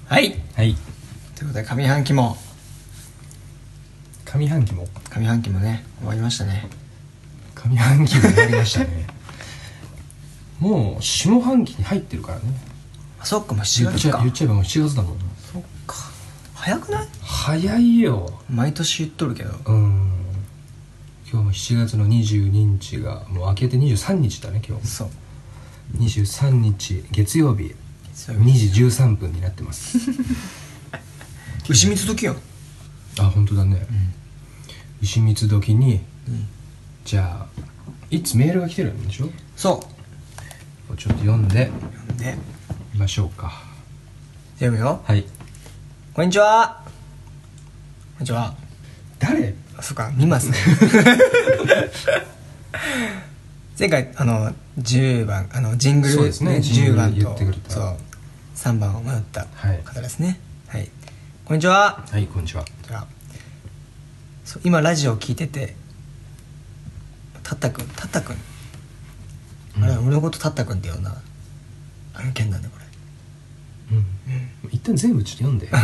はい、 はい。 ということで上半期もね終わりましたね。 上半期も終わりましたねもう下半期に入ってるからね。 あ、そっか、もう7月か。 言っちゃえばもう7月だもんな。 そっか、早くない？ 早いよ。 毎年言っとるけど。 今日も7月の22日がもう明けて23日だね。今日そう、 23日月曜日2時13分になってます牛蜜時よ。 あ、本当だね、牛蜜時に、じゃあいつメールが来てるんでしょ。 そうちょっと読んでみましょうか。 読むよ。 はい。 こんにちは。こんにちは。 誰？ あ、そっか、見ますね前回10番ジングルそうですね、 10番と言ってくれた。 そう3番を迷った方ですね。はい、こんにちは。 はい、こんにちは。 じゃあ、そう今ラジオ聞いてて、たったくん、あれ、俺のことたったくんって言うな。案件なんでこれ。 一旦全部ちょっと読んで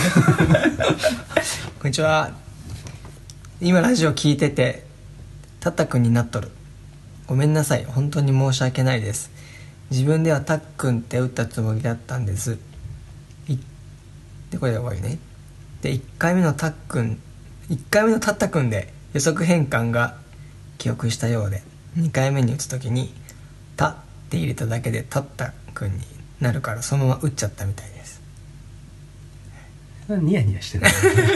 こんにちは。今ラジオ聞いててたったくんになっとる。ごめんなさい、本当に申し訳ないです。自分ではたっくんって打ったつもりだったんです。でこれで終わりね。で1回目のたったくんで予測変換が記憶したようで、2回目に打つときにたって入れただけでたったくんになるから、そのまま打っちゃったみたいです。 ニヤニヤしてる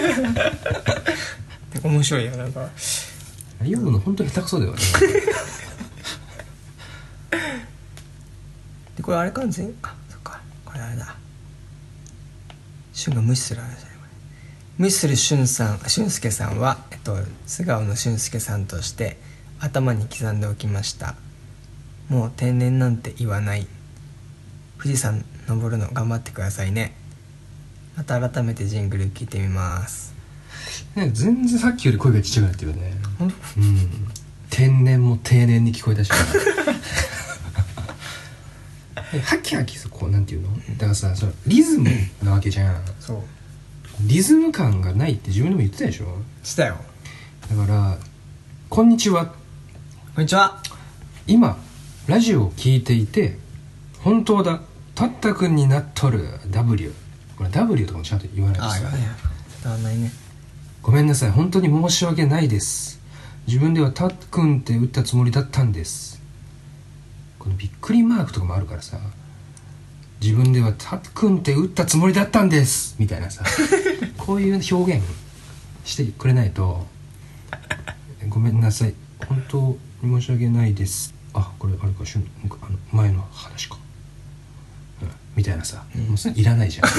面白いよ。なんか読むの本当に下手くそだよねでこれあれか、そっか、これあれだ、俊が無視する話だよ。無視する俊介さんは、素顔の俊介さんとして頭に刻んでおきました。もう天然なんて言わない。富士山登るの頑張ってくださいね。また改めてジングル聞いてみます。 ね、全然さっきより声がちっちゃくなってるよね。天然も定年に聞こえたしハキハキこうなんていうの、だからさ、そのリズムなわけじゃん。 そう、 リズム感がないって自分でも言ってたでしょ。 したよ。 だからこんにちは。 こんにちは。 今ラジオを聞いていて本当だ、たったくんになっとる W。 これ W とかもちゃんと言わないですよ。 伝わんないね。 ごめんなさい、本当に申し訳ないです。自分ではたっくんって打ったつもりだったんです。このびっくりマークとかもあるからさ、自分ではたっくんって打ったつもりだったんですみたいなさこういう表現してくれないとごめんなさい、本当に申し訳ないです。あ、これあれか、前の話か、みたいなさ、もうそれいらないじゃん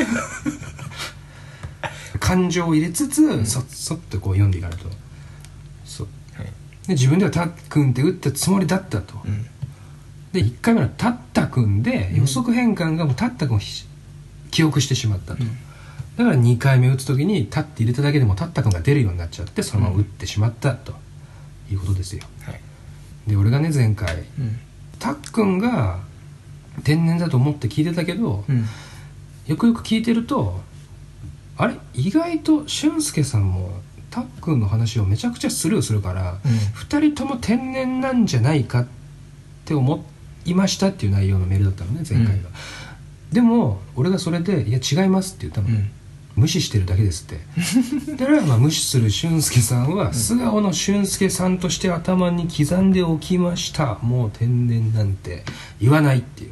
感情を入れつつ、そっとこう読んでいかないと。そう、で自分ではたっくんって打ったつもりだったと、で1回目のたったくんで予測変換がもうたったくんを記憶してしまったと、だから2回目打つ時にたって入れただけでもたったくんが出るようになっちゃって、そのまま打ってしまったということですよ。で俺がね、前回、たっくんが天然だと思って聞いてたけど、よくよく聞いてると、あれ意外と俊介さんもたっくんの話をめちゃくちゃスルーするから、2人とも天然なんじゃないかって思いましたっていう内容のメールだったのね、前回が。でも俺がそれでいや違いますって言ったの、無視してるだけですってだから、無視する俊介さんは素顔の俊介さんとして頭に刻んでおきました。もう天然なんて言わないっていう、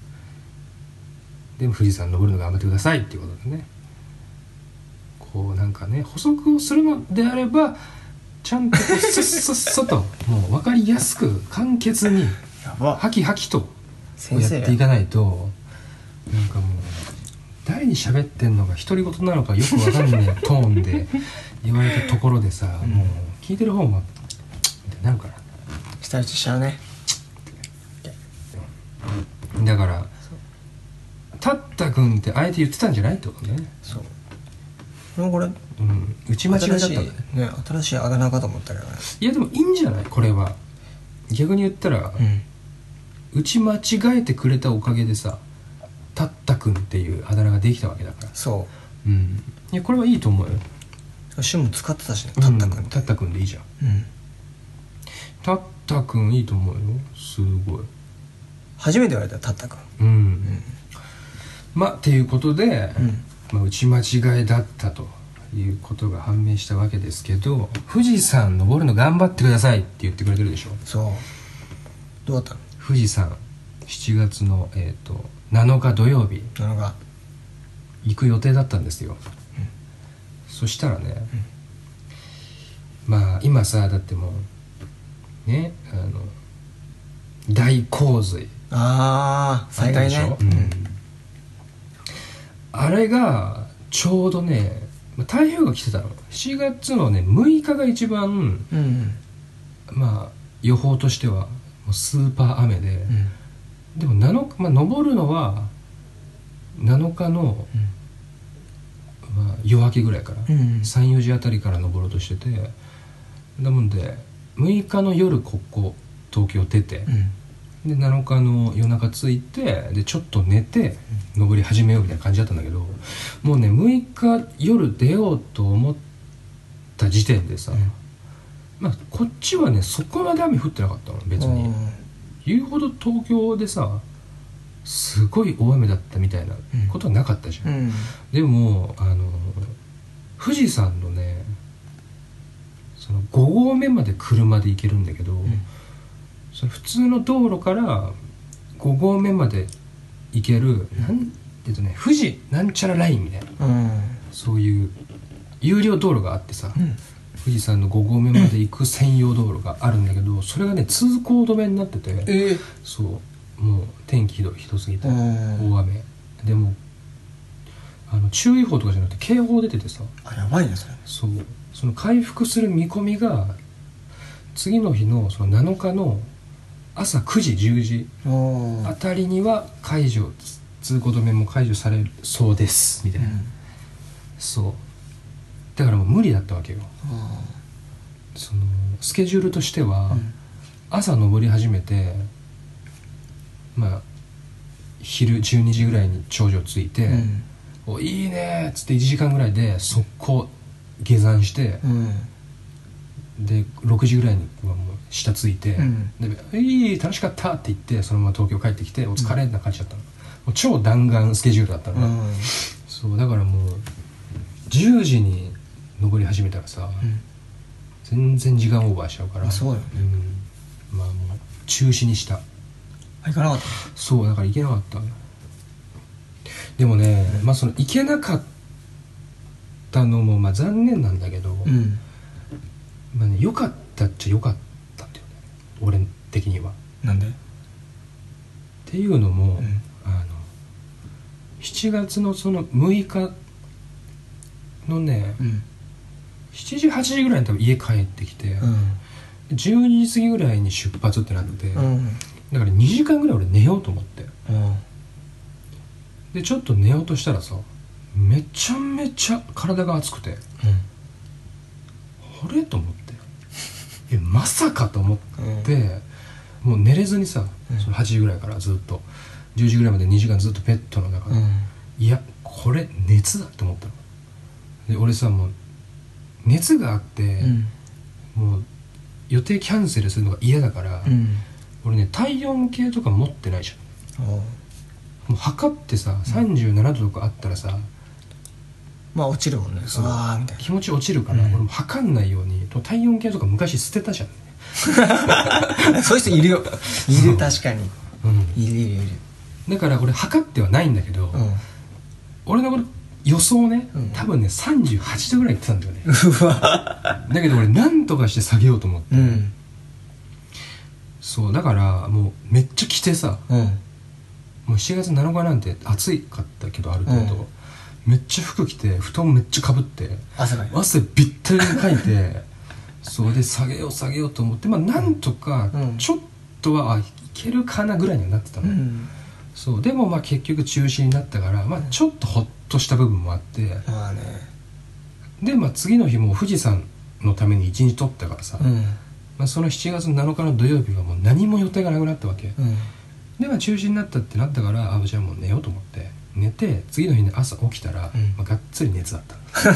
でも富士山登るの頑張ってくださいっていうことでね、こうなんかね、補足をするのであればちゃんとこうスッスッスッともう分かりやすく簡潔にハキハキとやっていかないと、なんかもう誰に喋ってんのか独り言なのかよく分かんないトーンで言われたところでさ、もう聞いてる方もってなるから、 下打ちしちゃうね。 だからたったくんってあえて言ってたんじゃないってことね。 そう、これ、 打ち間違いだったんだね。 新しいあだ名かと思ったけどね。 いやでもいいんじゃない、これは。逆に言ったら、打ち間違えてくれたおかげでさ、たったくんっていうあだ名ができたわけだから。 そうん、いやこれはいいと思うよ。 うシも使ってたしね、たったくん、 たったくんでいいじゃん。 うん、 たったくんいいと思うよ、すごい。 初めて言われたよ、たったくん。 まあっていうことで、 うん、 打ち間違いだったということが判明したわけですけど、富士山登るの頑張ってくださいって言ってくれてるでしょ。 そうどうだったの？ 富士山7月の、7日土曜日 7日行く予定だったんですよ、そしたらね、まあ今さだってもうね大洪水災害ね、 あれがちょうどね台風が来てたの。7月のね6日が一番、まあ予報としてはもうスーパー雨で、でも7日、登るのは7日の、夜明けぐらいから、3、4時あたりから登ろうとしてて、だもんで6日の夜ここ東京出て、で7日の夜中着いて、でちょっと寝て登り始めようみたいな感じだったんだけど、もうね6日夜出ようと思った時点でさ、こっちはねそこまで雨降ってなかったの別に。言うほど東京でさすごい大雨だったみたいなことはなかったじゃん、でも富士山のねその5合目まで車で行けるんだけど、その普通の道路から5合目まで行ける、富士なんちゃらラインみたいな、そういう有料道路があってさ、富士山の5合目まで行く専用道路があるんだけど、それがね通行止めになってて、そうもう天気ひどすぎて、大雨でも注意報とかじゃなくて警報出ててさ、 やばいねそれ。 その回復する見込みが次の日のその7日の朝9時10時あたりには通行止めも解除されるそうですみたいな、そうだからもう無理だったわけよ。そのスケジュールとしては、朝登り始めて昼12時ぐらいに頂上着いて、おいいねっつって1時間ぐらいで速攻下山して、で6時ぐらいにもう下着いて、で楽しかったって言ってそのまま東京帰ってきてお疲れな感じだったの、もう超弾丸スケジュールだったの、そうだからもう10時に登り始めたらさ、全然時間オーバーしちゃうから、 そうよね、 もう中止にした。 行かなかった。 そうだから行けなかった。でもね、その行けなかったのも残念なんだけど、良かったっちゃ良かったんだよね俺的には。 なんで？ っていうのも、7月のその6日のね、7時8時ぐらいに多分家帰ってきて、12時過ぎぐらいに出発ってなって、だから2時間ぐらい俺寝ようと思って、でちょっと寝ようとしたらさめちゃめちゃ体が熱くて、あれと思ってまさかと思って、もう寝れずにさ、その8時ぐらいからずっと10時ぐらいまで2時間ずっとベッドの中で、いやこれ熱だって思ったので、俺さもう熱があって、もう予定キャンセルするのが嫌だから、俺ね体温計とか持ってないじゃん。もう測ってさ37度とかあったらさ、 落ちるもんね。 そうみたいな気持ち落ちるから、俺も測んないように体温計とか昔捨てたじゃんそういう人いるよ。いる、確かに、いる。 だから俺測ってはないんだけど、俺の予想ね、多分ね38度ぐらいいってたんだよね。だけど俺なんとかして下げようと思って、そうだからもうめっちゃ着てさ、もう7月7日なんて暑かったけどある程度、めっちゃ服着て布団めっちゃかぶって汗びったりにかいてそうで下げようと思って、なんとかちょっとはいけるかなぐらいにはなってたの、そうでも結局中止になったから、ちょっとホッとした部分もあって、で次の日も富士山のために1日取ったからさ、その7月7日の土曜日はもう何も予定がなくなったわけ、で中止になったってなったから、じゃあもう寝ようと思って寝て次の日に朝起きたら、がっつり熱だった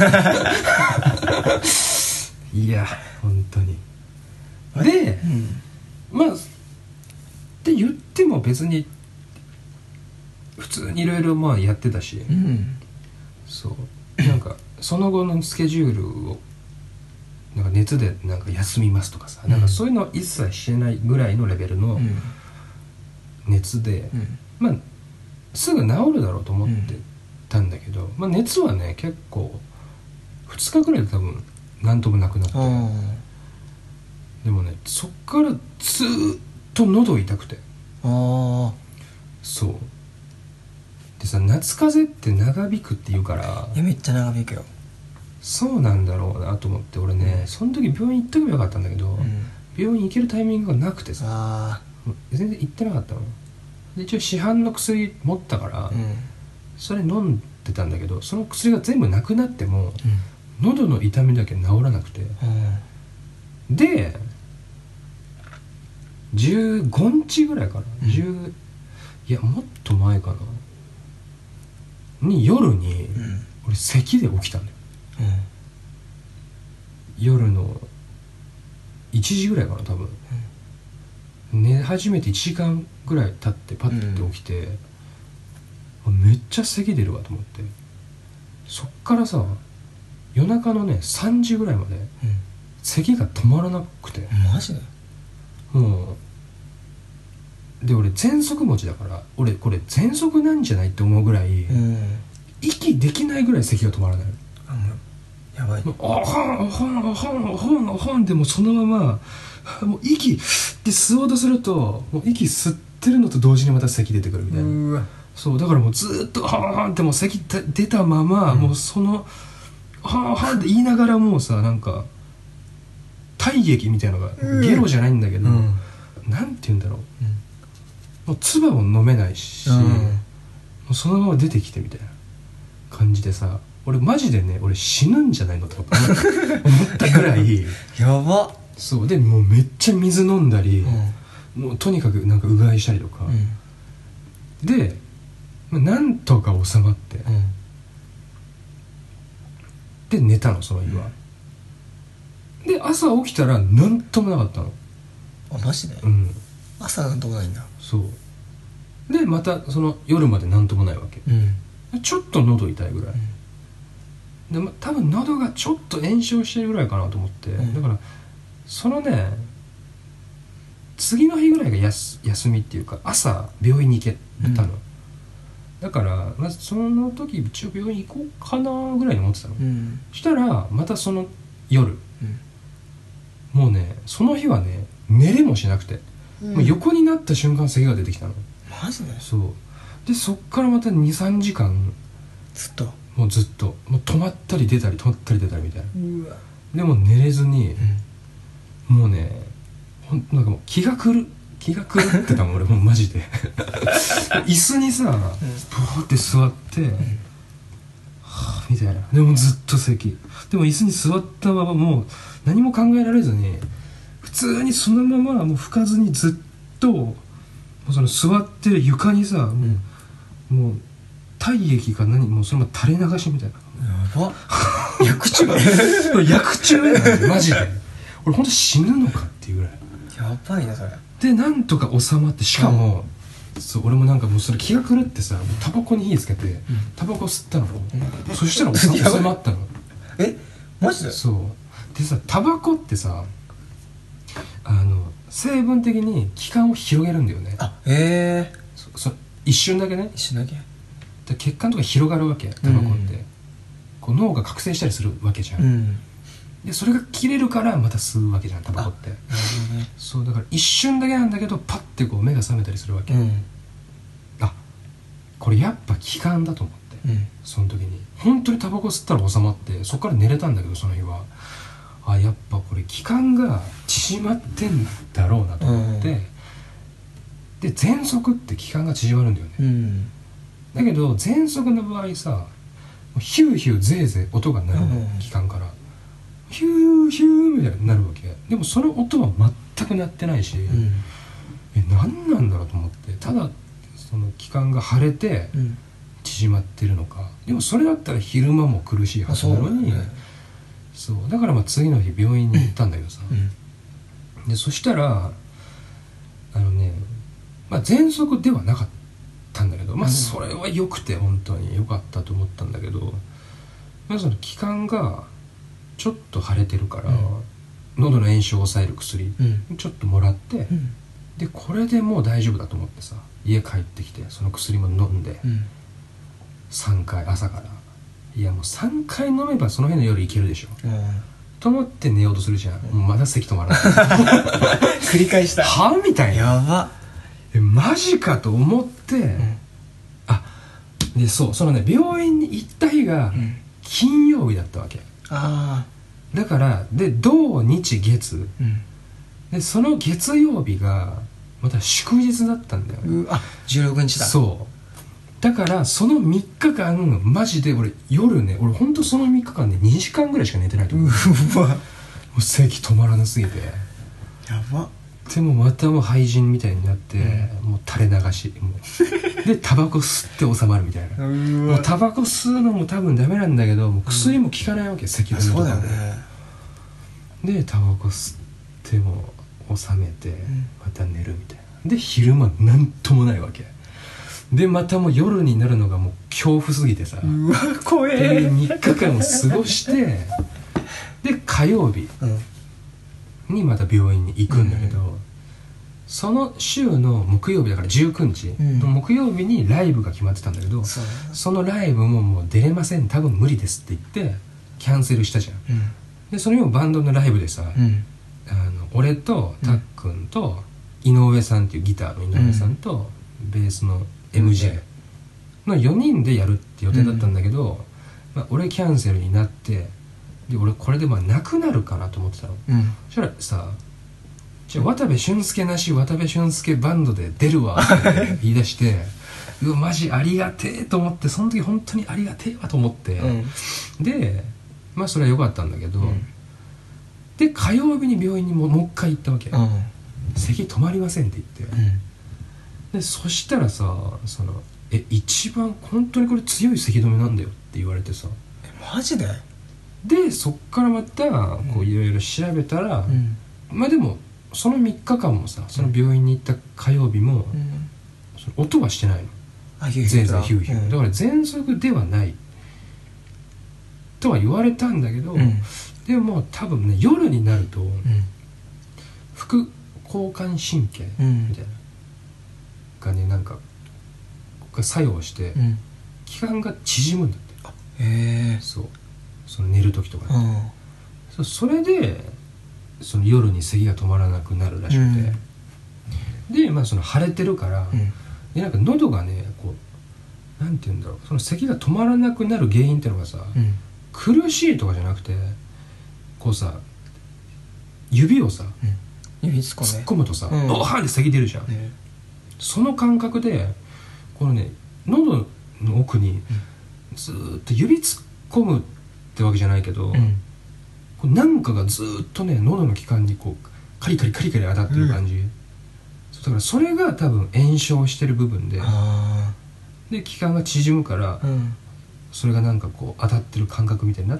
いや本当にで、まあって言っても別に普通にいろいろまあやってたし、そうなんかその後のスケジュールをなんか熱でなんか休みますとかさ、なんかそういうのは一切してないぐらいのレベルの熱で、まあすぐ治るだろうと思ってたんだけど、まあ熱はね結構2日ぐらいで多分なんともなくなって、でもねそっからずっと喉痛くて、そうでさ、夏風邪って長引くって言うから、 いやめっちゃ長引くよ。 そうなんだろうなと思って、俺ね、その時病院行っとけばよかったんだけど、病院行けるタイミングがなくてさ、全然行ってなかったので、一応市販の薬持ったから、それ飲んでたんだけど、その薬が全部なくなっても、喉の痛みだけ治らなくて、で15日ぐらいかな、いやもっと前かなに夜に、俺咳で起きたんだよ、夜の1時ぐらいかな多分、寝始めて1時間ぐらい経ってパッて起きて、めっちゃ咳出るわと思って、そっからさ夜中のね3時ぐらいまで咳が止まらなくて、 マジでもうで俺喘息持ちだから、俺これ喘息なんじゃないって思うぐらい、息できないぐらい咳が止まらない。 やばい。 あはんでもそのままもう息で吸おうとすると、もう息吸ってるのと同時にまた咳出てくるみたいな。そうだからもうずっとはんってもう咳出たまま、もうそのはんって言いながらもうさ、なんか体液みたいなのが、ゲロじゃないんだけど、なんて言うんだろう、もう唾も飲めないし、もうそのまま出てきてみたいな感じでさ、俺マジでね、俺死ぬんじゃないのとか思ったぐらいやば。 そうでもうめっちゃ水飲んだり、もうとにかくなんかうがいしたりとか、で、まあ、なんとか収まって、で寝たのその日は、で朝起きたらなんともなかったの。 あ、マジで？朝なんともないんだ。 そうでまたその夜までなんともないわけ、ちょっと喉痛いぐらい、でま、多分喉がちょっと炎症してるぐらいかなと思って、だからそのね次の日ぐらいが休みっていうか、朝病院に行けたの、だからまずその時一応病院行こうかなぐらいに思ってたの、そしたらまたその夜、もうねその日はね寝れもしなくて、もう横になった瞬間咳が出てきたの。 マジで？ そうでそっからまた 2,3 時間ずっともうずっともう止まったり出たり止まったり出たりみたいな。でも寝れずに、もうねなんかもう気が狂ってたもん俺もうマジで椅子にさボーって座って、はぁみたいな。でもずっと咳でも椅子に座ったままもう何も考えられずに、普通にそのままもう吹かずにずっともうその座ってる床にさ、もう体液がもうそのまま垂れ流しみたいな。 やば薬中薬中やんマジで俺ほんと死ぬのかっていうぐらいやばいなそれで、なんとか収まって、しかも、そう俺もなんかもうそれ気が狂ってさ、タバコに火つけてタバコ吸ったの、そしたら収まったの。 えマジで？ そうでさ、タバコってさ成分的に気管を広げるんだよね。 あ、 一瞬だけね。 一瞬だけで血管とか広がるわけタバコって、こう脳が覚醒したりするわけじゃん、でそれが切れるからまた吸うわけじゃんタバコって。そうだから一瞬だけなんだけどパッてこう目が覚めたりするわけ、あこれやっぱ気管だと思って、その時に本当にタバコ吸ったら収まって、そこから寝れたんだけどその日は、あやっぱこれ気管が縮まってんだろうなと思って、で喘息って気管が縮まるんだよね、だけど喘息の場合さ、ヒューヒューゼーゼー音が鳴るの、気管からヒューヒューみたいになるわけ。でもその音は全く鳴ってないし、何なんだろうと思って、ただその気管が腫れて縮始まってるのか。でもそれだったら昼間も苦しいはずなのに、そうだからまあ次の日病院に行ったんだけどさ、でそしたらまあ喘息ではなかったんだけど、まあそれは良くて本当に良かったと思ったんだけど、まずその気管がちょっと腫れてるから、喉の炎症を抑える薬ちょっともらって、でこれでもう大丈夫だと思ってさ、家帰ってきてその薬も飲んで、3回朝から、いやもう3回飲めばその日の夜いけるでしょ、と思って寝ようとするじゃん、もうまだ咳止まらない繰り返したはみたいな、 やばマジかと思って、でそのね病院に行った日が金曜日だったわけ、だからで土日月、でその月曜日がまた祝日だったんだよね。 16日だ。 そうだからその3日間マジで俺夜ね、俺ほんとその3日間ね2時間ぐらいしか寝てないと思う。もう咳止まらなすぎて、 やば。 でもまたもう廃人みたいになって、もう垂れ流しもうでタバコ吸って収まるみたいなもうタバコ吸うのも多分ダメなんだけど、もう薬も効かないわけ、咳止めとかで、でタバコ吸っても収めてまた寝るみたいなで、昼間なんともないわけで、またもう夜になるのがもう恐怖すぎてさ、 怖えで3日間を過ごしてで火曜日にまた病院に行くんだけど、その週の木曜日だから19日の木曜日にライブが決まってたんだけど、そのライブももう出れません、多分無理ですって言ってキャンセルしたじゃん、でそれもバンドのライブでさ、俺とたっくんと井上さんっていうギターの井上さんと、ベースの MJ の4人でやるって予定だったんだけど、俺キャンセルになって、で俺これでなくなるかなと思ってたの、そしたらさ、じゃあ渡部俊介なし渡部俊介バンドで出るわって言い出してうわマジありがてえと思って、その時本当にありがてえわと思って、でまあそれは良かったんだけど、で火曜日に病院にもう一回行ったわけ、咳止まりませんって言って、でそしたらさ、一番本当にこれ強い咳止めなんだよって言われてさ、 マジで？ でそっからまたこういろいろ調べたら、まあでもその3日間もさ、その病院に行った火曜日も、その音はしてないの、全然ヒューヒュー、だから喘息ではないとは言われたんだけど、でも多分ね夜になると、副交感神経みたいながね、なんかが作用して、気管が縮むんだって。そうその寝る時とかって、それでその夜に咳が止まらなくなるらしくて、でまあその腫れてるから、でなんか喉がねこうなんて言うんだろう、その咳が止まらなくなる原因っていうのがさ、苦しいとかじゃなくて、こうさ指をさ、突っ込むとさ、ドハーって咳出るじゃん、その感覚でこのね喉の奥にずーっと指突っ込むってわけじゃないけど、こうなんかがずーっとね喉の気管にこうカリカリカリカリ当たってる感じ、だからそれが多分炎症してる部分で、で気管が縮むから、それがなんかこう当たってる感覚みたいになって、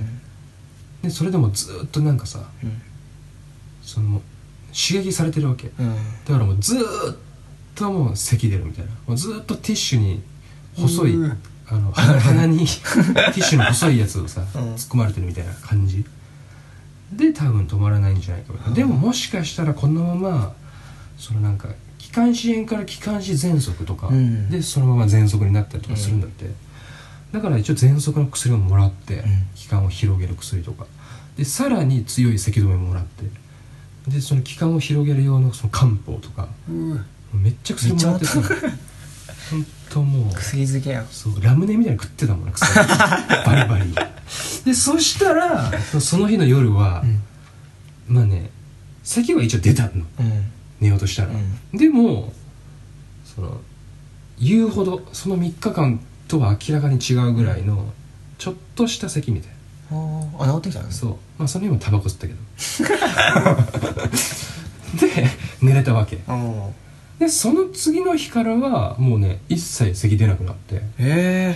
でそれでもずーっとなんかさ、その刺激されてるわけ、だからもうずーっともう咳出るみたいな、もうずーっとティッシュに細い鼻にティッシュの細いやつをさ、突っ込まれてるみたいな感じで多分止まらないんじゃないか、でももしかしたらこのままそのなんか気管支炎から気管支喘息とか、でそのまま喘息になったりとかするんだって、だから一応喘息の薬をもらって、気管を広げる薬とかで、さらに強い咳止めもらって、でその気管を広げる用のその漢方とか、めっちゃ薬もらってたの本当もう薬漬けやん。 そうラムネみたいに食ってたもんね、薬バリバリでそしたらその日の夜は、まあね咳は一応出たの、寝ようとしたら、でもその言うほどその3日間とは明らかに違うぐらいのちょっとした咳みたいな、 治ってきたの？ そう、まあその日もタバコ吸ったけどで寝れたわけでその次の日からはもうね一切咳出なくなって、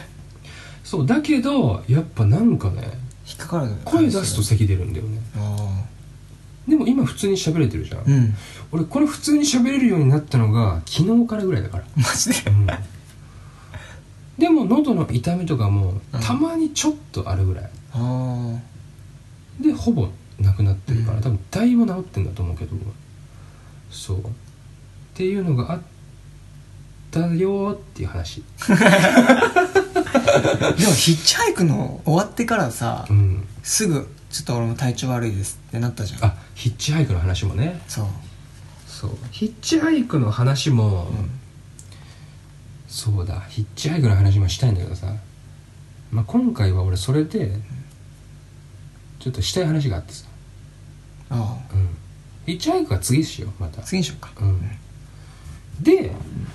そうだけどやっぱなんかね引っかかる、 声出すと咳出るんだよね。でも今普通に喋れてるじゃん、俺これ普通に喋れるようになったのが昨日からぐらいだから。 マジで、 でも喉の痛みとかもたまにちょっとあるぐらい、でほぼなくなってるから、多分だいぶ治ってんだと思うけど、そうっていうのがあったよっていう話。 でもヒッチハイクの終わってからさ、すぐちょっと俺も体調悪いですってなったじゃん。 あ、ヒッチハイクの話もね。 そうヒッチハイクの話も、そうだ、ヒッチハイクの話もしたいんだけどさ、今回は俺それでちょっとしたい話があってさ、ヒッチハイクは次しよう、また次にしようか。 で、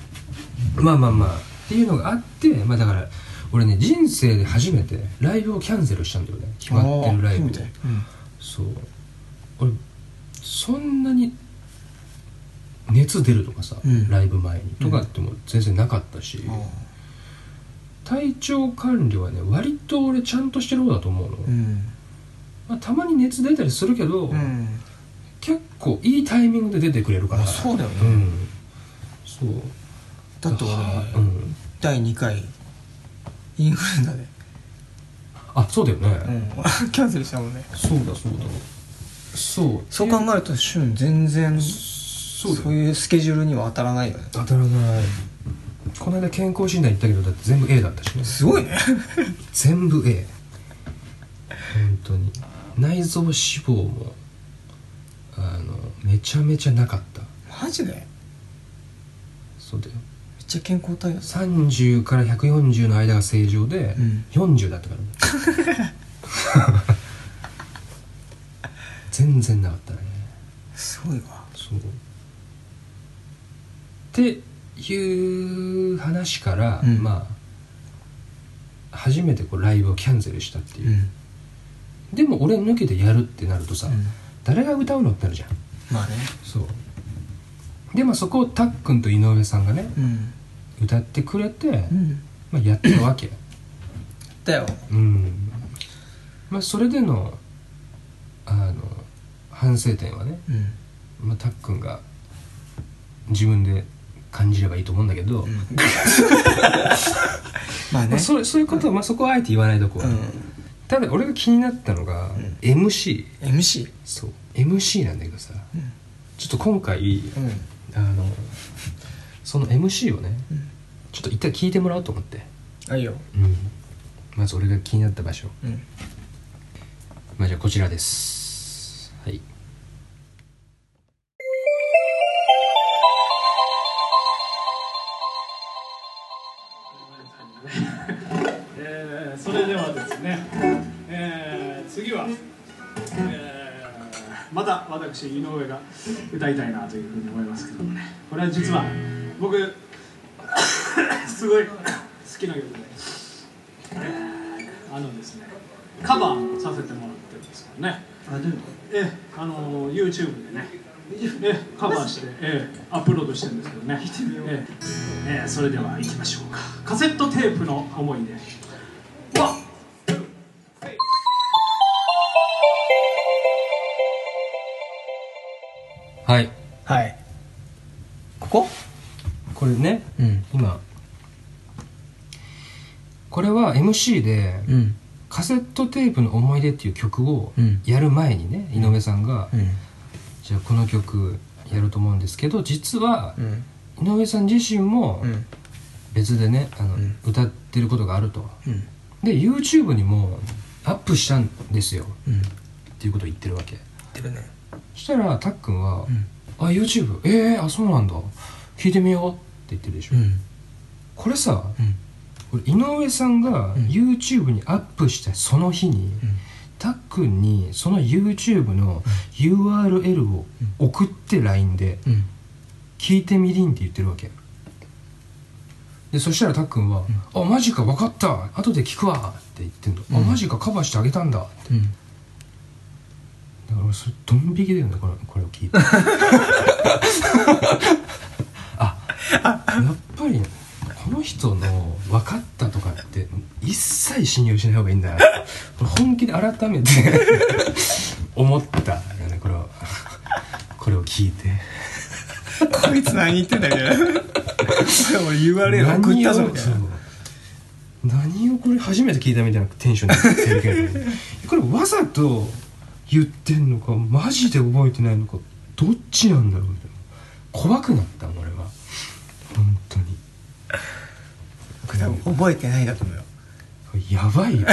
っていうのがあって、だから俺ね人生で初めてライブをキャンセルしたんだよね。決まってるライブを。そう、俺そんなに熱出るとかさ、ライブ前にとかっても全然なかったし、体調管理はね割と俺ちゃんとしてる方だと思うの、たまに熱出たりするけど、結構いいタイミングで出てくれるから。 そうだよね、 そうだって俺、第2回インフルエンザで、 そうだよね、 キャンセルしたもんね。 そうそう考えると旬全然そういうスケジュールには当たらないよね。 当たらない。この間健康診断行ったけどだって全部 A だったしね。 すごいね。 全部 A。 本当に内臓脂肪もめちゃめちゃなかった。 マジで？ そうだよ。 めっちゃ健康体だ。 30から140の間が正常で、40だったからね。全然なかったね。 すごいわ。 そうっていう話から、初めてこうライブをキャンセルしたっていう、でも俺抜けてやるってなるとさ、誰が歌うのってなるじゃん。そうでそこをたっくんと井上さんがね、歌ってくれて、やったわけだよ。 それでの反省点はね、たっくんが自分で感じればいいと思うんだけど、そういうことは、そこはあえて言わないとこは、ただ俺が気になったのが、MC そう MC なんだけどさ、ちょっと今回、その MC をね、ちょっと一回聞いてもらおうと思って。 いいよ。 まず俺が気になった場所、じゃあこちらです。はい。 それではですね、次は、また私井上が歌いたいなというふうに思いますけどもね、これは実は僕すごい好きな曲で、ですね、カバーさせてもらってるんですけどね、YouTube でね、カバーして、アップロードしてるんですけどね、それでは行きましょうか。カセットテープの思い出。 はい。 これね、今これは MC で、カセットテープの思い出っていう曲をやる前にね、井上さんが、じゃあこの曲やると思うんですけど、実は、井上さん自身も別でね、歌ってることがあると、で YouTube にもアップしたんですよ、っていうことを言ってるわけ。そしたらたっくんは、YouTube そうなんだ、聞いてみようって言ってるでしょ、これさ、これ井上さんが YouTube にアップしたその日に、たっくんにその YouTube の URL を送って LINE で、聞いてみりんって言ってるわけで、そしたらたっくんは、マジか、分かった、後で聞くわって言ってんの、マジか、カバーしてあげたんだって、だからそれドン引きだよね、これを聞いて。 っぱりこの人の分かったとかって一切信用しない方がいいんだな本気で改めて思ったよね、これを聞いてこいつ何言ってんだみたいな俺 URL 送ったぞみたいな、 何をこれ初めて聞いたみたいなテンションで言ってるけどこれわざと言ってんのかマジで覚えてないのかどっちなんだろうみたいな、怖くなったもん俺は本当に。 多分覚えてないだと思うよ。 やばいよ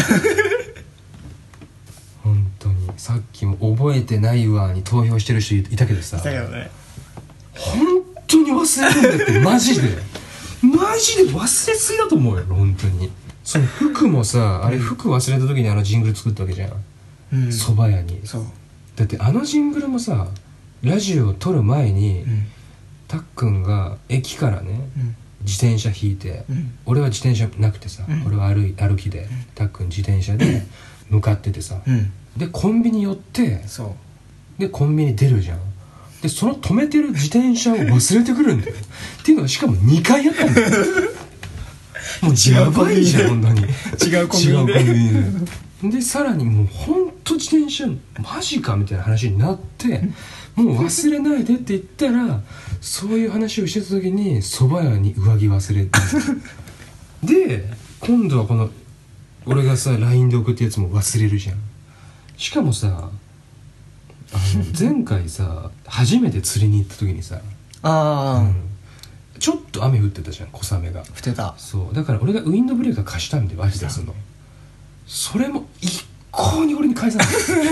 本当にさっきも覚えてないわに投票してる人いたけどさ、 だけどね、 本当に忘れるんだってマジで忘れすぎだと思うよ本当に。その服もさ、あれ服忘れた時にあのジングル作ったわけじゃん、蕎麦屋に。 そうだってあのジングルもさ、ラジオを撮る前に、たっくんが駅からね、自転車引いて、俺は自転車なくてさ、俺は歩きで、たっくん自転車で向かっててさ、でコンビニ寄って、でコンビニ出るじゃん。でその止めてる自転車を忘れてくるんだよっていうのがしかも2回やったんだよもうやばいじゃん本当に。 違うコンビニででさらにもう本当自転車マジかみたいな話になって、もう忘れないでって言ったらそういう話をしてた時に蕎麦屋に上着忘れてで今度はこの俺がさ LINE で送ったやつも忘れるじゃん。しかもさ前回さ初めて釣りに行った時にさちょっと雨降ってたじゃん、小雨が。降ってた。 そうだから俺がウィンドブレーカー貸したんだよ、アディダスの。それも一向に俺に返さない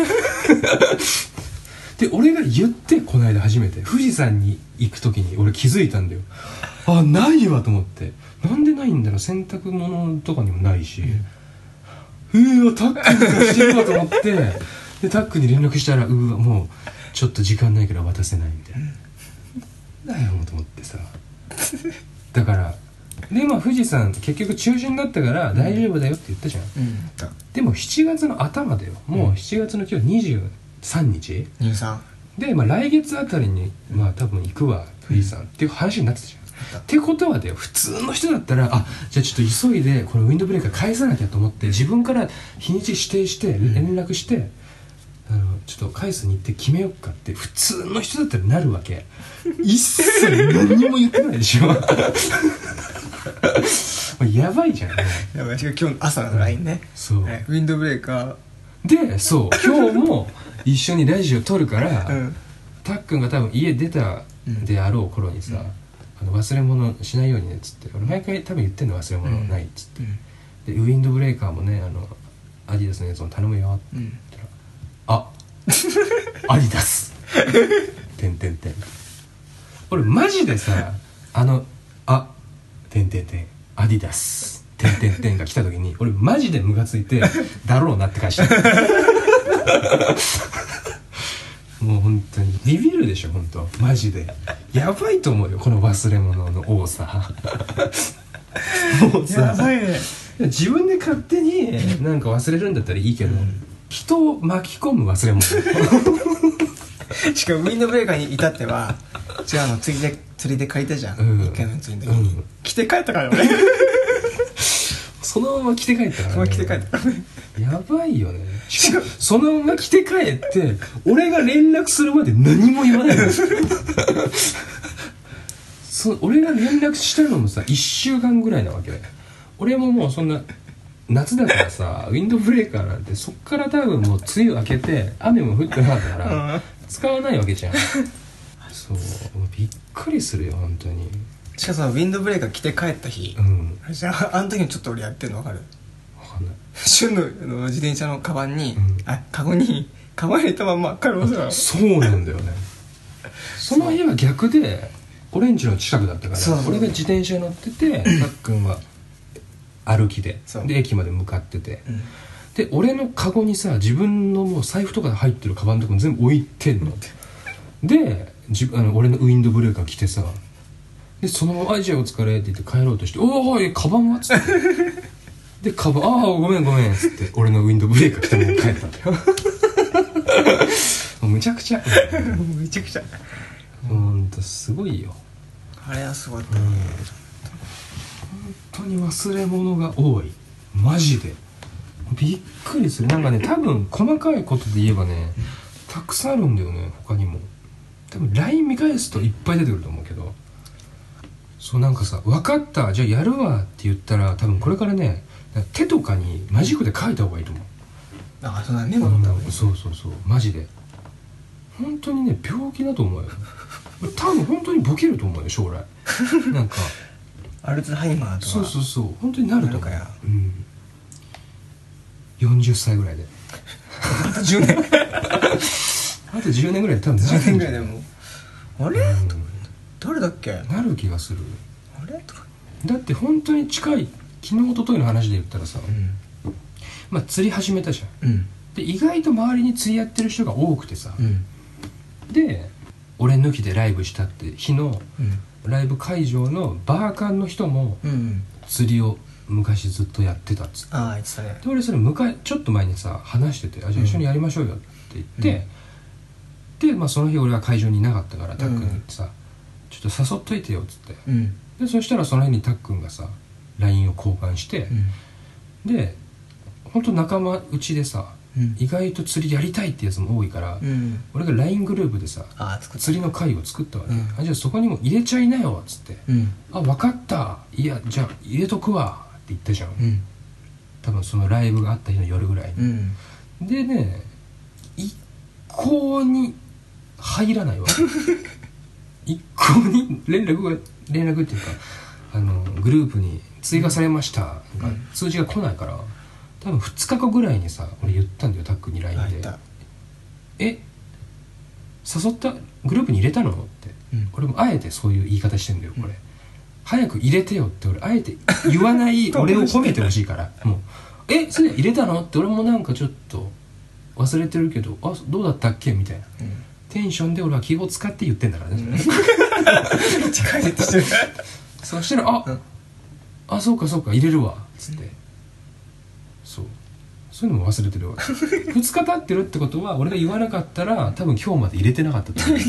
で俺が言って、この間初めて富士山に行く時に俺気づいたんだよ。あ、ないわと思って。なんでないんだろう、洗濯物とかにもないし、タックに貸してるわと思ってでタックに連絡したら、もうちょっと時間ないから渡せないみたいな、だよと思ってさだからで富士山結局中止になったから大丈夫だよって言ったじゃん、でも7月の頭だよ、もう7月の今日23日で、来月あたりに多分行くわ富士山っていう話になってたじゃん。ってことはだよ、普通の人だったらじゃあちょっと急いでこのウィンドブレーカー返さなきゃと思って自分から日にち指定して連絡して、ちょっと返す日程決めよっかって普通の人だったらなるわけ。一切何にも言ってないでしょやばいじゃん。 やばい。今日朝の LINE ね、 そう、 ウィンドブレーカーで、そう今日も一緒にラジオ撮るから、たっくんが多分家出たであろう頃にさ、忘れ物しないようにねっつって、俺毎回多分言ってんの忘れ物ないっつって、でウィンドブレーカーもねアディダスのやつも頼むよって言ったら、アディダス俺マジでさアディダスが来た時に俺マジでムカついてだろうなって返したもう本当にビビるでしょ本当マジでやばいと思うよこの忘れ物の多さもうさやばいね。 自分で勝手になんか忘れるんだったらいいけど、人を巻き込む忘れ物しかもウィンドブレーカーに至っては違うの釣りで借りたじゃん、1回の釣りの時に、着て帰ったからねそのまま着て帰ったからね。やばいよね。しかもそのまま着て帰って俺が連絡するまで何も言わないの俺が連絡したのもさ1週間ぐらいなわけだよ。俺ももうそんな夏だからさウィンドブレーカーなんてそっから多分もう梅雨明けて雨も降ってなかったから使わないわけじゃんそうびっくりするよ本当に。 しかもウィンドブレーカー着て帰った日、じゃあの時にちょっと俺やってるの分かる？ 分かんない。 旬の自転車のカバンに、カゴに入れたまんま帰るわけだ。 そうなんだよねその日は逆でオレンジの近くだったから俺が自転車乗っててたっくんは歩きで駅まで向かってて、で俺のカゴにさ自分のもう財布とか入ってるカバンとかも全部置いてんので俺のウィンドブレーカー着てさ、でそのまま「じゃあお疲れ」って言って帰ろうとして「おいカバンは?」っつってでカバン「ごめん」っつって俺のウィンドブレーカー着たまま帰ったんだよもうむちゃくちゃめちゃくちゃほんとすごいよ。 あれはすごかった、 本当に忘れ物が多い、マジでびっくりする。なんかね、多分細かいことで言えばねたくさんあるんだよね。他にも多分 LINE 見返すといっぱい出てくると思うけど、そうなんかさ、分かったじゃあやるわって言ったら多分これからね手とかにマジックで書いた方がいいと思う。 ああ、そんなメモだったの、 そうそうそう、マジで本当にね病気だと思うよ多分本当にボケると思うよ将来なんかアルツハイマーとか。 そうそうそう、本当になると思う。 なるかや、 40歳ぐらいであと10年あと10年ぐらいで多分 10年ぐらいでもあれ、 うん誰だっけ、 なる気がする。 あれとか。 だって本当に近い昨日一昨日の話で言ったらさ、まあ釣り始めたじゃん。 うんで意外と周りに釣りやってる人が多くてさ、 うんで俺抜きでライブしたって日のうんライブ会場のバーカンの人もうん釣りを昔ずっとやってたっつって、 ああ言ってたね。 で俺それちょっと前にさ話してて、あじゃあ一緒にやりましょうよって言って、で、まあ、その日俺は会場にいなかったからたっくんにさ、ちょっと誘っといてよっつって、 うんでそしたらその日にたっくんがさ LINE を交換して、で本当仲間内でさ、意外と釣りやりたいってやつも多いから、俺が LINE グループでさ釣りの会を作ったわけ、あじゃあそこにも入れちゃいなよっつって、あ分かった、いやじゃあ入れとくわって言ったじゃん、多分そのライブがあった日の夜ぐらいに、でね一向に入らないわ一向に連絡っていうかグループに追加されました、通知が来ないから、多分2日後ぐらいにさ俺言ったんだよタックに LINE で、誘ったグループに入れたのって、俺もあえてそういう言い方してんだよこれ、早く入れてよって俺あえて言わない俺を褒めてほしいからもうそれ入れたのって俺もなんかちょっと忘れてるけどどうだったっけみたいな、テンションで俺は気を使って言ってんだからね、 近いとしてるそしたらそうか入れるわっつって、そういうのも忘れてるわけ2日経ってるってことは俺が言わなかったら多分今日まで入れてなかったと思う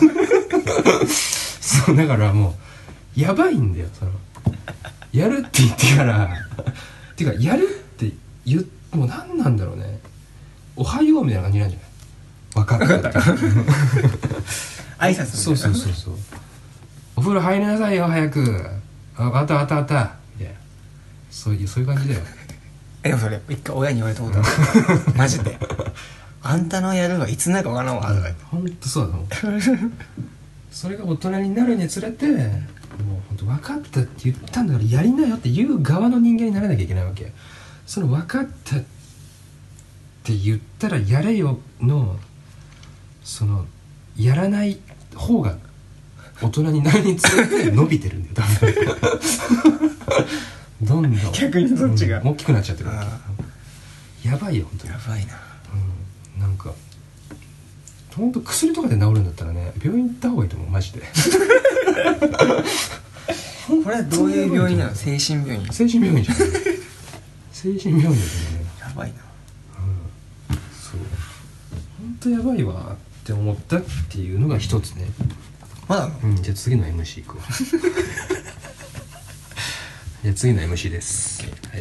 そうだからもうやばいんだよそのやるって言ってからてかやるってもう何なんだろうね、おはようみたいな感じなんじゃない、分かったって挨拶みたいな。 そうお風呂入りなさいよ早く、あったみたいな、そういう感じだよでもそれ一回親に言われたことあるマジであんたのやるのはいつになるか分からんわとか言って、 ほんとそうだと思うそれが大人になるにつれてもうほんと分かったって言ったんだからやりなよって言う側の人間にならなきゃいけないわけ。その分かったって言ったらやれよのそのやらない方が大人になるにつれて伸びてるんだよ多分どんどん逆にそっちが、 大きくなっちゃってるわけ。やばいよ本当にやばいな、 なんか本当薬とかで治るんだったらね病院行った方がいいと思うマジでこれはどういう病院なの？精神病院？ 精神病院じゃん精神病院ですね。 やばいな、 そう本当やばいわって思ったっていうのが一つね。 まだじゃあ次の MC 行くわじゃあ次の MC です、はい。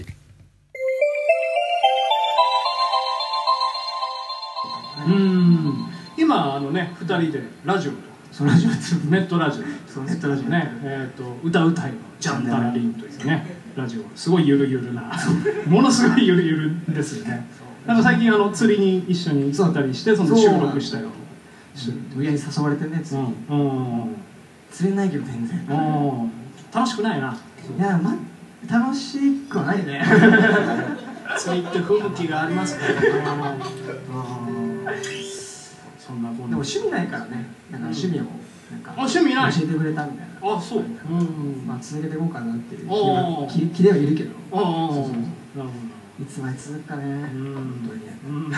今2人でラジオ、そのラジオネットラジオ、ネットラジオね、歌うたいのジャンダラリンというねラジオ、すごいゆるゆるなものすごいゆるゆるですよね。なんか最近釣りに一緒に行ったりしてその収録したよ。 親に誘われてね釣りに、釣れないけど全然楽しくないな。 いや楽しくはないね釣りって不向きがありますからそんなもんでも趣味ないからね、なんか趣味を趣味ない教えてくれたみたいな。 そうまあ続けていこうかなっていう気ではいるけど、いつまで続くかね本当にね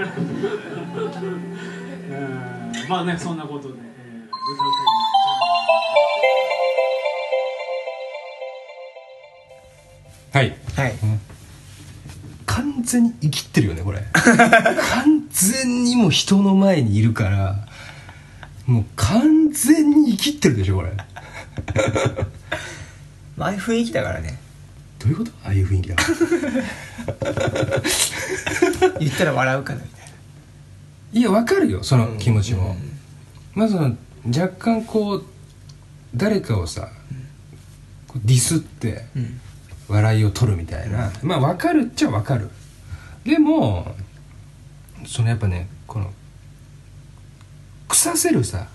まあね、そんなことで、歌うたいはい、 完全に生きってるよねこれ完全にもう人の前にいるからもう完全に生きってるでしょこれああいう雰囲気だからね。 どういうこと？ああいう雰囲気だ言ったら笑うかなみたいな。 いや分かるよその気持ちも、まあその若干こう誰かをさ、こうディスって笑いを取るみたいな、まあ分かるっちゃ分かる。でもそのやっぱねこの腐せるさ、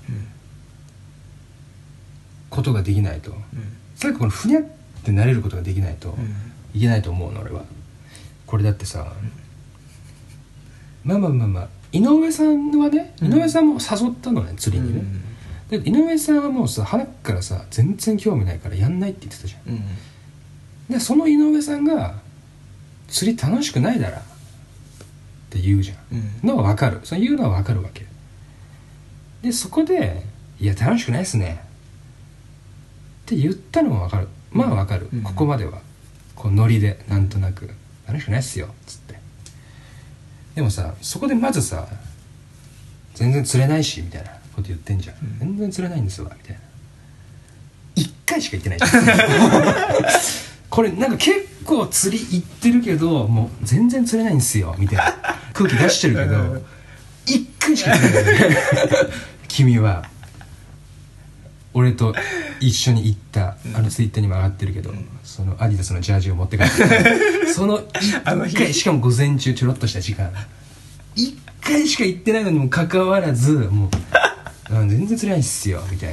ことができないと、さっきこのふにゃってなれることができないといけないと思うの俺は。これだってさ、まあ井上さんはね、井上さんも誘ったのね釣りにね、で井上さんはもうさ鼻からさ全然興味ないからやんないって言ってたじゃん、でその井上さんが釣り楽しくないだらって言うじゃん、のは分かる。その言うのは分かるわけで、そこでいや楽しくないっすねって言ったのも分かる。まあ分かる、ここまではこうノリでなんとなく楽しくないっすよっつって。でもさそこでまずさ全然釣れないしみたいなこと言ってんじゃん、全然釣れないんですわみたいな。1回しか言ってないこれなんか結構釣り行ってるけどもう全然釣れないんですよみたいな空気出してるけど1回しか言ってない君は俺と一緒に行ったツイッターにも上がってるけど、そのアディダスのジャージを持って帰ってその1回しかも午前中ちょろっとした時間1回しか行ってないのにもかかわらずもう全然釣れないっすよみたいな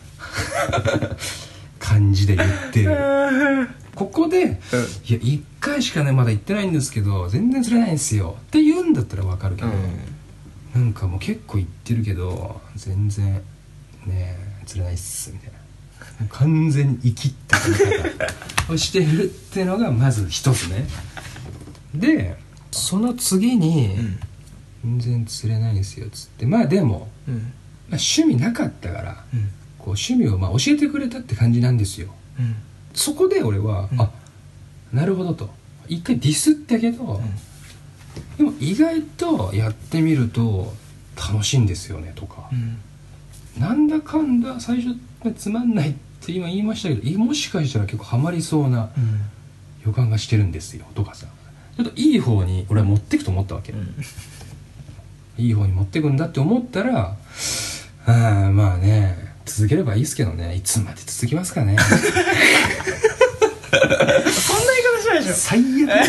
感じで言ってる。ここで、いや1回しかねまだ行ってないんですけど全然釣れないんですよって言うんだったら分かるけど、なんかもう結構行ってるけど全然ね釣れないっすみたいな、完全に生きった言い方をしてるっていうのがまず一つね。でその次に、全然釣れないんですよっつって、まあでも、まあ、趣味なかったから、こう趣味をまあ教えてくれたって感じなんですよ、そこで俺は、あ、なるほどと一回ディスったけど、でも意外とやってみると楽しいんですよねとか、なんだかんだ最初つまんないって今言いましたけどもしかしたら結構ハマりそうな予感がしてるんですよとかさ、ちょっといい方に俺は持ってくと思ったわけ、いい方に持ってくんだって思ったら、まあね続ければいいですけどね、いつまで続きますかねそんな言い方しないでしょ最悪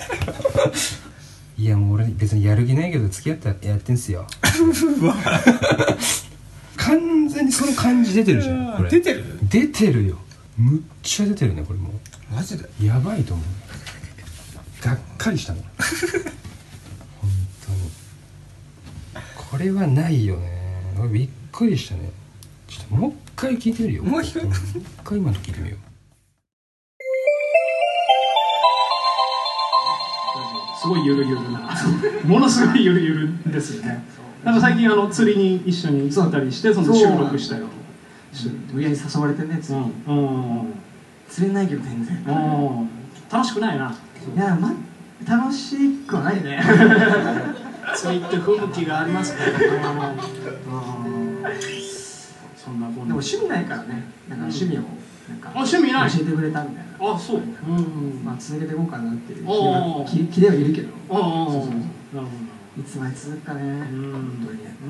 いやもう俺別にやる気ないけど付き合ったらやってんすよ完全にその感じ出てるじゃんこれ。出てるよ、むっちゃ出てるねこれ。もうマジでやばいと思う。がっかりしたもん本当にこれはないよね。びっくりしたね。ちょっともう一回聞いてみるよ。 もう一回今の聞いてみよう。 すごいゆるゆるなものすごいゆるゆるですよね。なんか最近釣りに一緒に行ったりしてその収録したよ。 親に誘われてね釣り、釣れないけど全然楽しくないな。 いや楽しくはないね釣りって不向きがありますからそんなこんな。 でも趣味ないからね、なんか趣味をなんか趣味ない教えてくれたみたいな。 あ、そう。 まあ続けていこうかなっていう気ではいるけど、 なるほど。 いつまで続くかね、本当にね。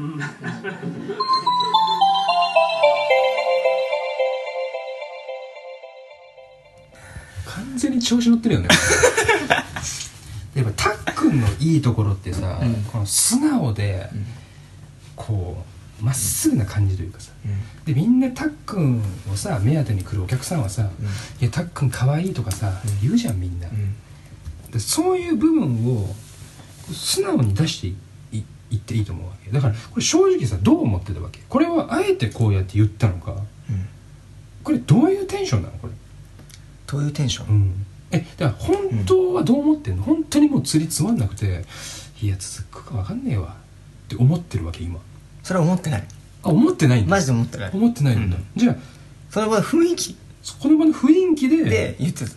完全に調子乗ってるよねやっぱたっくんのいいところってさ、この素直でこうまっすぐな感じというかさ、でみんなたっくんをさ目当てに来るお客さんはさ、いやたっくんかわいいとかさ、言うじゃんみんな、でそういう部分を素直に出していっていいと思うわけだから。これ正直さどう思ってたわけ？これはあえてこうやって言ったのか、これどういうテンションなの？これどういうテンション？ だから本当はどう思ってんの？本当にもう釣りつまんなくて、いや続くか分かんねえわって思ってるわけ今？ それは思ってない。 思ってないんだ。 マジで思ってない。 思ってないんだ、じゃあその場の雰囲気この場の雰囲気で言ってた。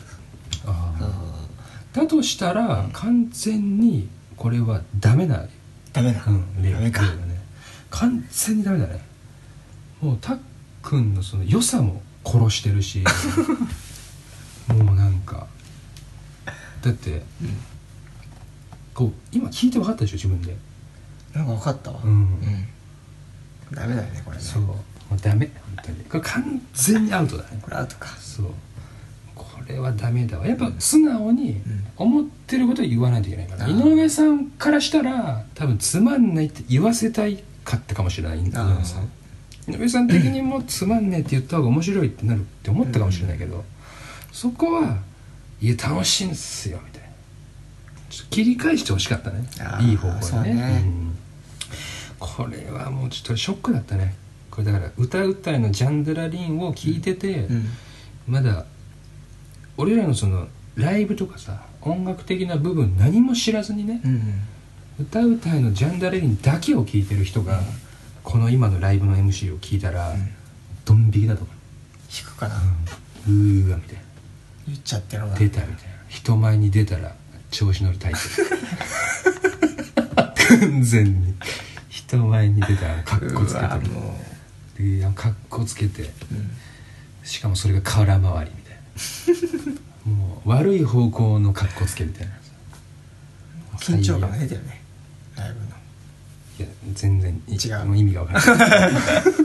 だとしたら、完全にこれはダメな例ダメか、 ね、完全にダメだね。もうたっくんのその良さも殺してるしもうなんかだって、こう今聞いて分かったでしょ自分で。 なんか分かったわ。ダメだよねこれね。 そうもうダメ本当にこれ完全にアウトだね。 これアウトか。 そうこれはダメだわ。やっぱ素直に思ってることを言わないといけないから、井上さんからしたら多分つまんないって言わせたいかったかもしれない。井上さん的にもつまんねえって言った方が面白いってなるって思ったかもしれないけど、そこはいや楽しいんすよみたいなちょっと切り返してほしかったね。いい方向でね。これはもうちょっとショックだったね。これだから歌うたいのジャンドラリンを聞いてて、まだ俺らのそのライブとかさ音楽的な部分何も知らずにね、歌うたいのジャンドラリンだけを聞いてる人が、この今のライブの MC を聞いたら、ドン引きだと思う。 引くかな、 うーわみたいな言っちゃってるのだ出たみたいな。人前に出たら調子乗りタイプ完全に人前に出たらカッコつけてる。でカッコつけて、しかもそれが空回りみたいなもう悪い方向のカッコつけみたいな。 緊張感が出てるねライブの。 いや全然違う。 もう意味が分からない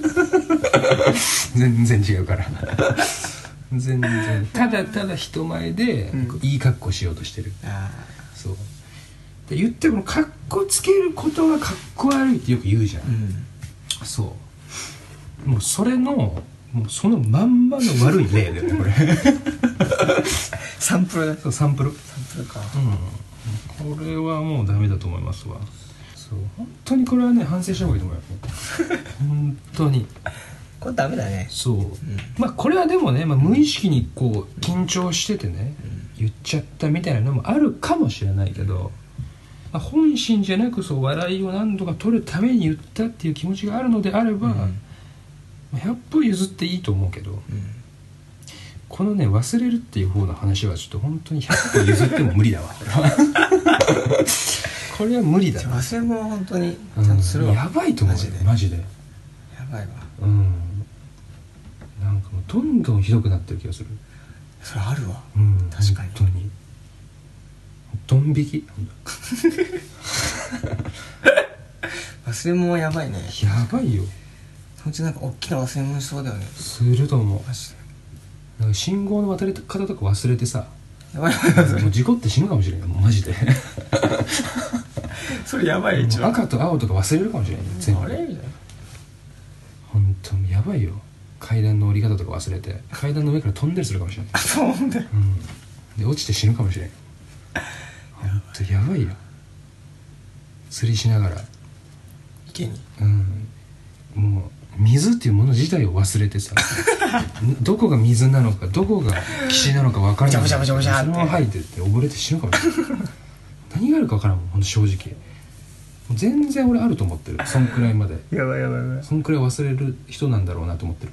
全然違うから全然ただただ人前でいい格好しようとしてる。そうで言ってこの格好つけることがかっこ悪いってよく言うじゃん、そうもうそれのもうそのまんまの悪い例だよねこれサンプルだ。 そうサンプルか。 これはもうダメだと思いますわ。そう本当にこれはね反省した方がいいと思うよ本当にこれダメだね。 そう、まあこれはでもね、無意識にこう緊張しててね、言っちゃったみたいなのもあるかもしれないけど、本心じゃなくそう笑いを何度か取るために言ったっていう気持ちがあるのであれば、100歩譲っていいと思うけど、このね忘れるっていう方の話はちょっと本当に100歩譲っても無理だわこれは無理だな。 忘れ物は本当にちゃんとするわ。 やばいと思うよマジで。 やばいわ。 なんかもうどんどんひどくなってる気がする。 それあるわ。 確かに本当にドン引き忘れ物はやばいね。 やばいよ。 そのうちなんか大きな忘れ物しそうだよね。 すると思う。 マジでなんか信号の渡り方とか忘れてさ、 やばいやばいもう事故って死ぬかもしれないマジでそれやばい。一番赤と青とか忘れるかもしれない全部。 あれみたいな。 本当にやばいよ。階段の降り方とか忘れて階段の上から飛んだりするかもしれないそうだよ。 で落ちて死ぬかもしれない。本当やばいよ。釣りしながら池にもう水っていうもの自体を忘れてさどこが水なのかどこが岸なのか分からない。 ジャブジャブジャブジャブってそのまま吐いてって溺れて死ぬかもしれない何があるか分からんもん本当正直。全然俺あると思ってる。そんくらいまでやばいやばいやばい。 そんくらい忘れる人なんだろうなと思ってる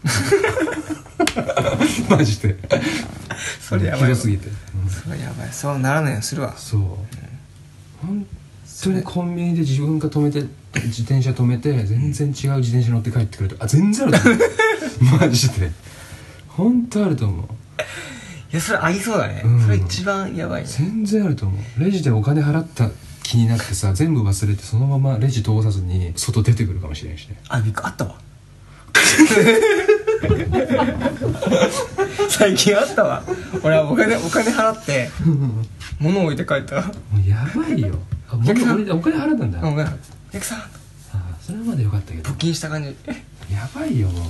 マジでそれやばい。 ひどすぎて、 それやばい。そうならないようにするわ。 そう、本当にコンビニで自分が止めて自転車止めて全然違う自転車乗って帰ってくると全然あると思うマジで本当あると思う。 いやそれありそうだね、それ一番やばいね。 全然あると思う。レジでお金払った気になってさ全部忘れてそのままレジ通さずに外出てくるかもしれないしね。 あったわ最近あったわ。俺はお金払って物を置いて帰ったわ。 もうやばいよ。俺お金払ったんだ。 お金役さんそれまでよかったけど募金した感じ。 やばいよもう本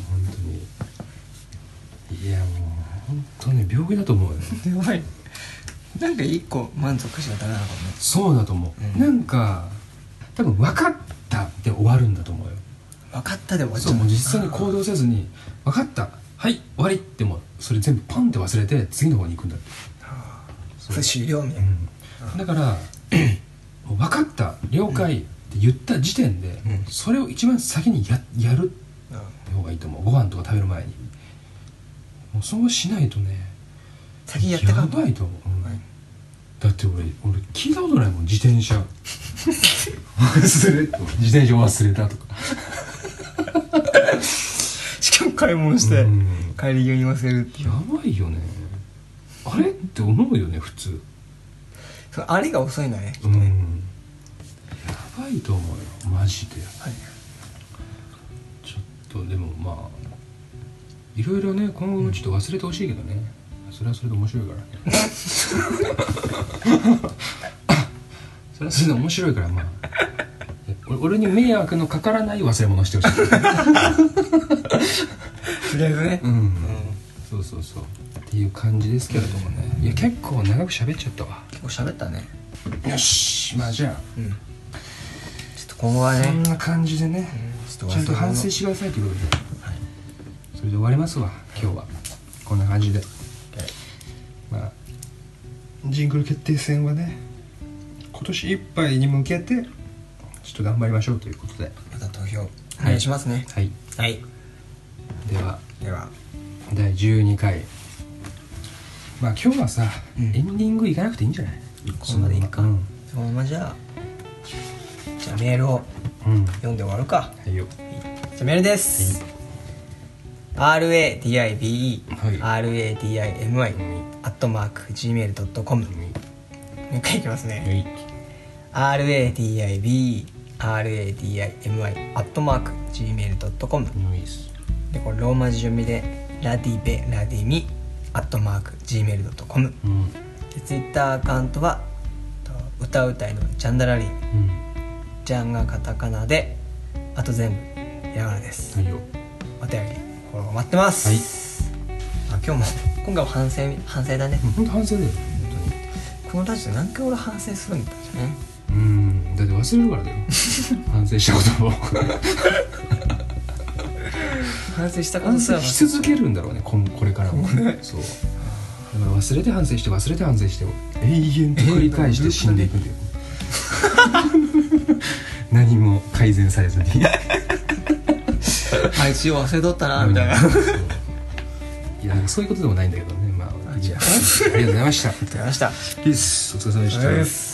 当に。いやもう本当に病気だと思うよやばい。なんか一個満足しちゃダメなのかもね。 そうだと思う、なんか多分分かったで終わるんだと思うよ。 分かったで終わっちゃ。 そうもう実際に行動せずに分かったはい終わりってもそれ全部ポンって忘れて次の方に行くんだって。 それ終了みたいな、 だからもう分かった了解って言った時点で、それを一番先にやる方がいいと思う。ご飯とか食べる前にもうそうしないとね先やってかんとやばいと思う、だって俺聞いたことないもん自転車忘れたとかしかも買い物して帰り際に忘れるっていう。 やばいよね。あれって思うよね普通。 あれが遅いのね、 やばいと思うよマジで、はい、ちょっとでもまあいろいろね今後もちょっと忘れてほしいけどね、それはそれで面白いからねそれはそれで面白いからまあ俺に迷惑のかからない忘れ物してほしいとりあえずね、 そうそうそうっていう感じですけれどもね。いや結構長く喋っちゃったわ。 結構喋ったね。 よし、まあじゃあ、 ちょっと今後はねそんな感じでね、ちゃんと反省してくださいということで、それで終わりますわ今日は。こんな感じで、まあジングル決定戦はね今年いっぱいに向けてちょっと頑張りましょうということで、 また投票お願いしますね。 はいはい。 では第12回、まあ今日はさ、エンディングいかなくていいんじゃない？ このままでいいか、そのままじゃあメールを読んで終わるか。 はいよ。 じゃあメールです、radibe@gmail.com。 もう一回いきますね、radibe@gmail.com。 でこれローマ字読みでラディベラディミ@gmail.com。 でツイッターアカウントは歌うたいのジャンダラリン、ジャンがカタカナであと全部ひらがなです。 はいよ。 お便りフォロー待ってます。はい。今回は反省だね。 本当反省だよ本当に。このラジオ何回俺反省するんだじゃね。 だって忘れるからだよ反省したことを反省したこと反省し続けるんだろうねこれからもね。そうだから忘れて反省して忘れて反省して永遠と繰り返して死んでいくんだよ何も改善されずにあいつよ忘れとったなみたいな。いやそういうことでもないんだけどね。まあありがとうございました。 ありがとうございました。 ピース。お疲れ様でした。